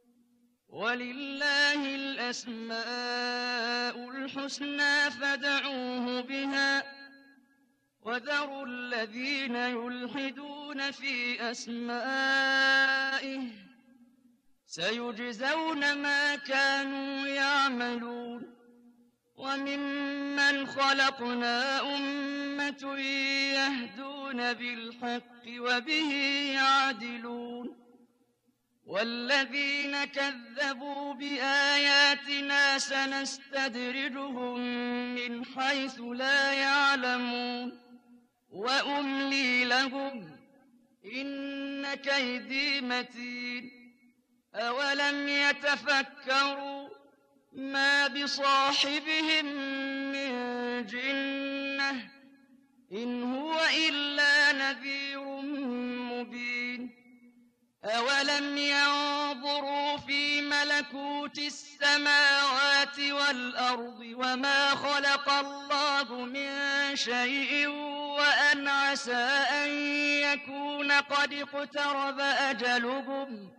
ولله الأسماء الحسنى فادعوه بها وذروا الذين يلحدون في أسمائه سيجزون ما كانوا يعملون وممن خلقنا أمة يهدون بالحق وبه يعدلون والذين كذبوا بآياتنا سنستدرجهم من حيث لا يعلمون وأملي لهم إن كيدي متين أولم يتفكروا ما بصاحبهم من جنة إن هو إلا نذير مبين أولم ينظروا في ملكوت السماوات والأرض وما خلق الله من شيء وأن عسى أن يكون قد اقترب أجلهم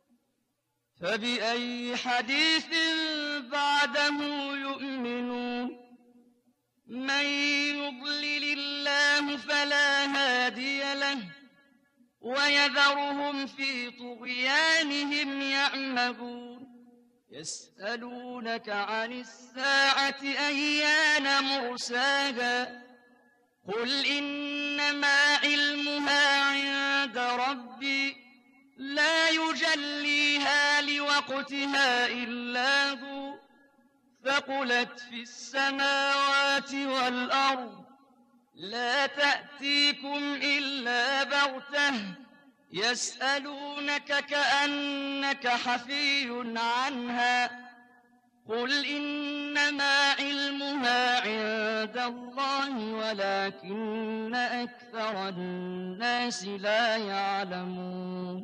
فبأي حديث بعده يؤمنون من يضلل الله فلا هادي له ويذرهم في طغيانهم يعمهون يسألونك عن الساعة أيان مرساها قل إنما علمها عند ربي لا يجليها لوقتها إلا هو ثقلت في السماوات والأرض لا تأتيكم إلا بغتة يسألونك كأنك حفي عنها قل إنما علمها عند الله ولكن أكثر الناس لا يعلمون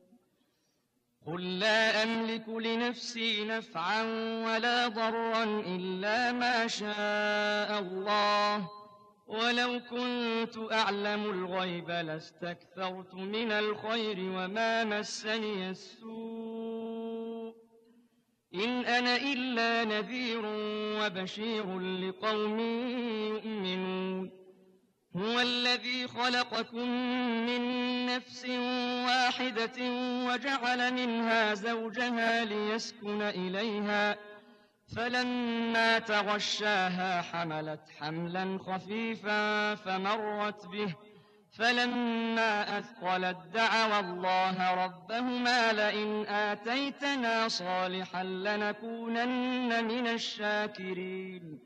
قل لا أملك لنفسي نفعا ولا ضرا إلا ما شاء الله ولو كنت أعلم الغيب لاستكثرت من الخير وما مسني السوء إن أنا إلا نذير وبشير لقوم يؤمنون هو الذي خلقكم من نفس واحدة وجعل منها زوجها ليسكن إليها فلما تغشاها حملت حملا خفيفا فمرت به فلما أثقلت دعوا الله ربهما لئن آتيتنا صالحا لنكونن من الشاكرين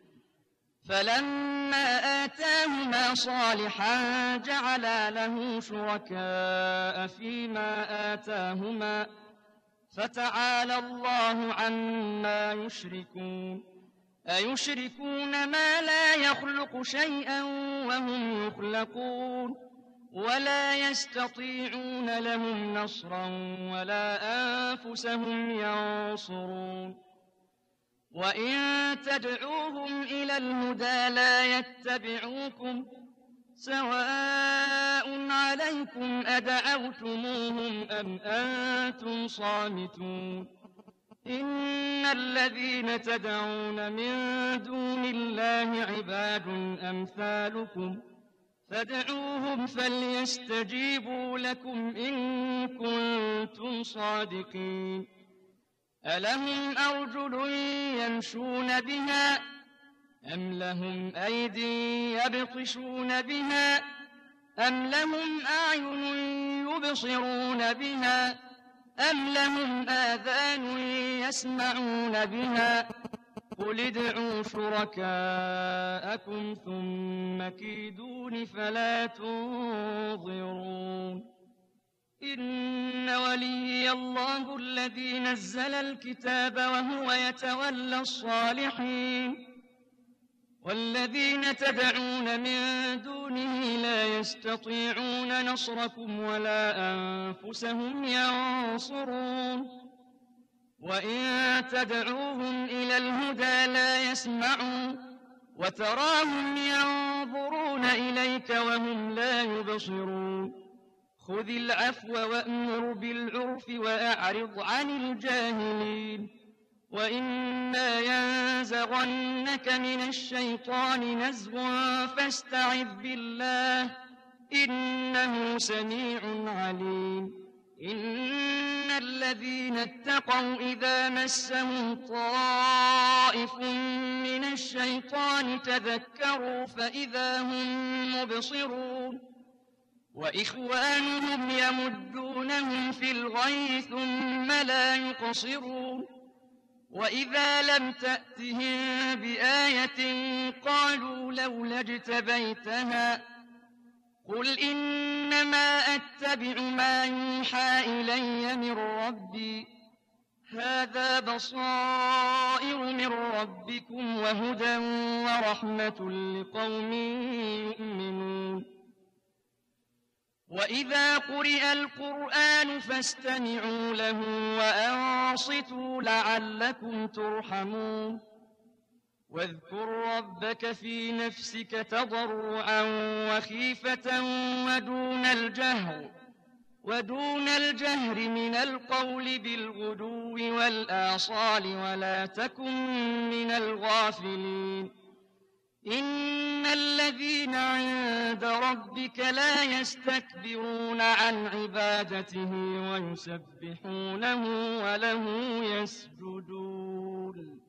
فلما آتاهما صالحا جعلا له شركاء فيما آتاهما فتعالى الله عما يشركون أيشركون ما لا يخلق شيئا وهم يخلقون ولا يستطيعون لهم نصرا ولا أنفسهم ينصرون وإن تدعوهم إلى الهدى لا يتبعوكم سواء عليكم أدعوتموهم أم أنتم صامتون إن الذين تدعون من دون الله عباد أمثالكم فادعوهم فليستجيبوا لكم إن كنتم صادقين ألهم أرجل يمشون بها أم لهم أيدي يبطشون بها أم لهم أعين يبصرون بها أم لهم آذان يسمعون بها قل ادعوا شركاءكم ثم كيدون فلا تنظرون إن وليي الله الذي نزل الكتاب وهو يتولى الصالحين والذين تدعون من دونه لا يستطيعون نصركم ولا أنفسهم ينصرون وإن تدعوهم إلى الهدى لا يسمعون وتراهم ينظرون إليك وهم لا يبصرون خذ العفو وأمر بالعرف وأعرض عن الجاهلين وإما ينزغنك من الشيطان نزغ فاستعذ بالله إنه سميع عليم إن الذين اتقوا إذا مسهم طائف من الشيطان تذكروا فإذا هم مبصرون وإخوانهم يمدونهم في الغي ثم لا يقصرون وإذا لم تأتهم بآية قالوا لولا اجتبيتها قل إنما أتبع ما يوحى إلي من ربي هذا بصائر من ربكم وهدى ورحمة لقوم يؤمنون وإذا قرئ القرآن فاستمعوا له وأنصتوا لعلكم ترحمون واذكر ربك في نفسك تضرعا وخيفة ودون الجهر ودون الجهر من القول بالغدو والآصال ولا تكن من الغافلين إن الذين عند ربك لا يستكبرون عن عبادته ويسبحونه وله يسجدون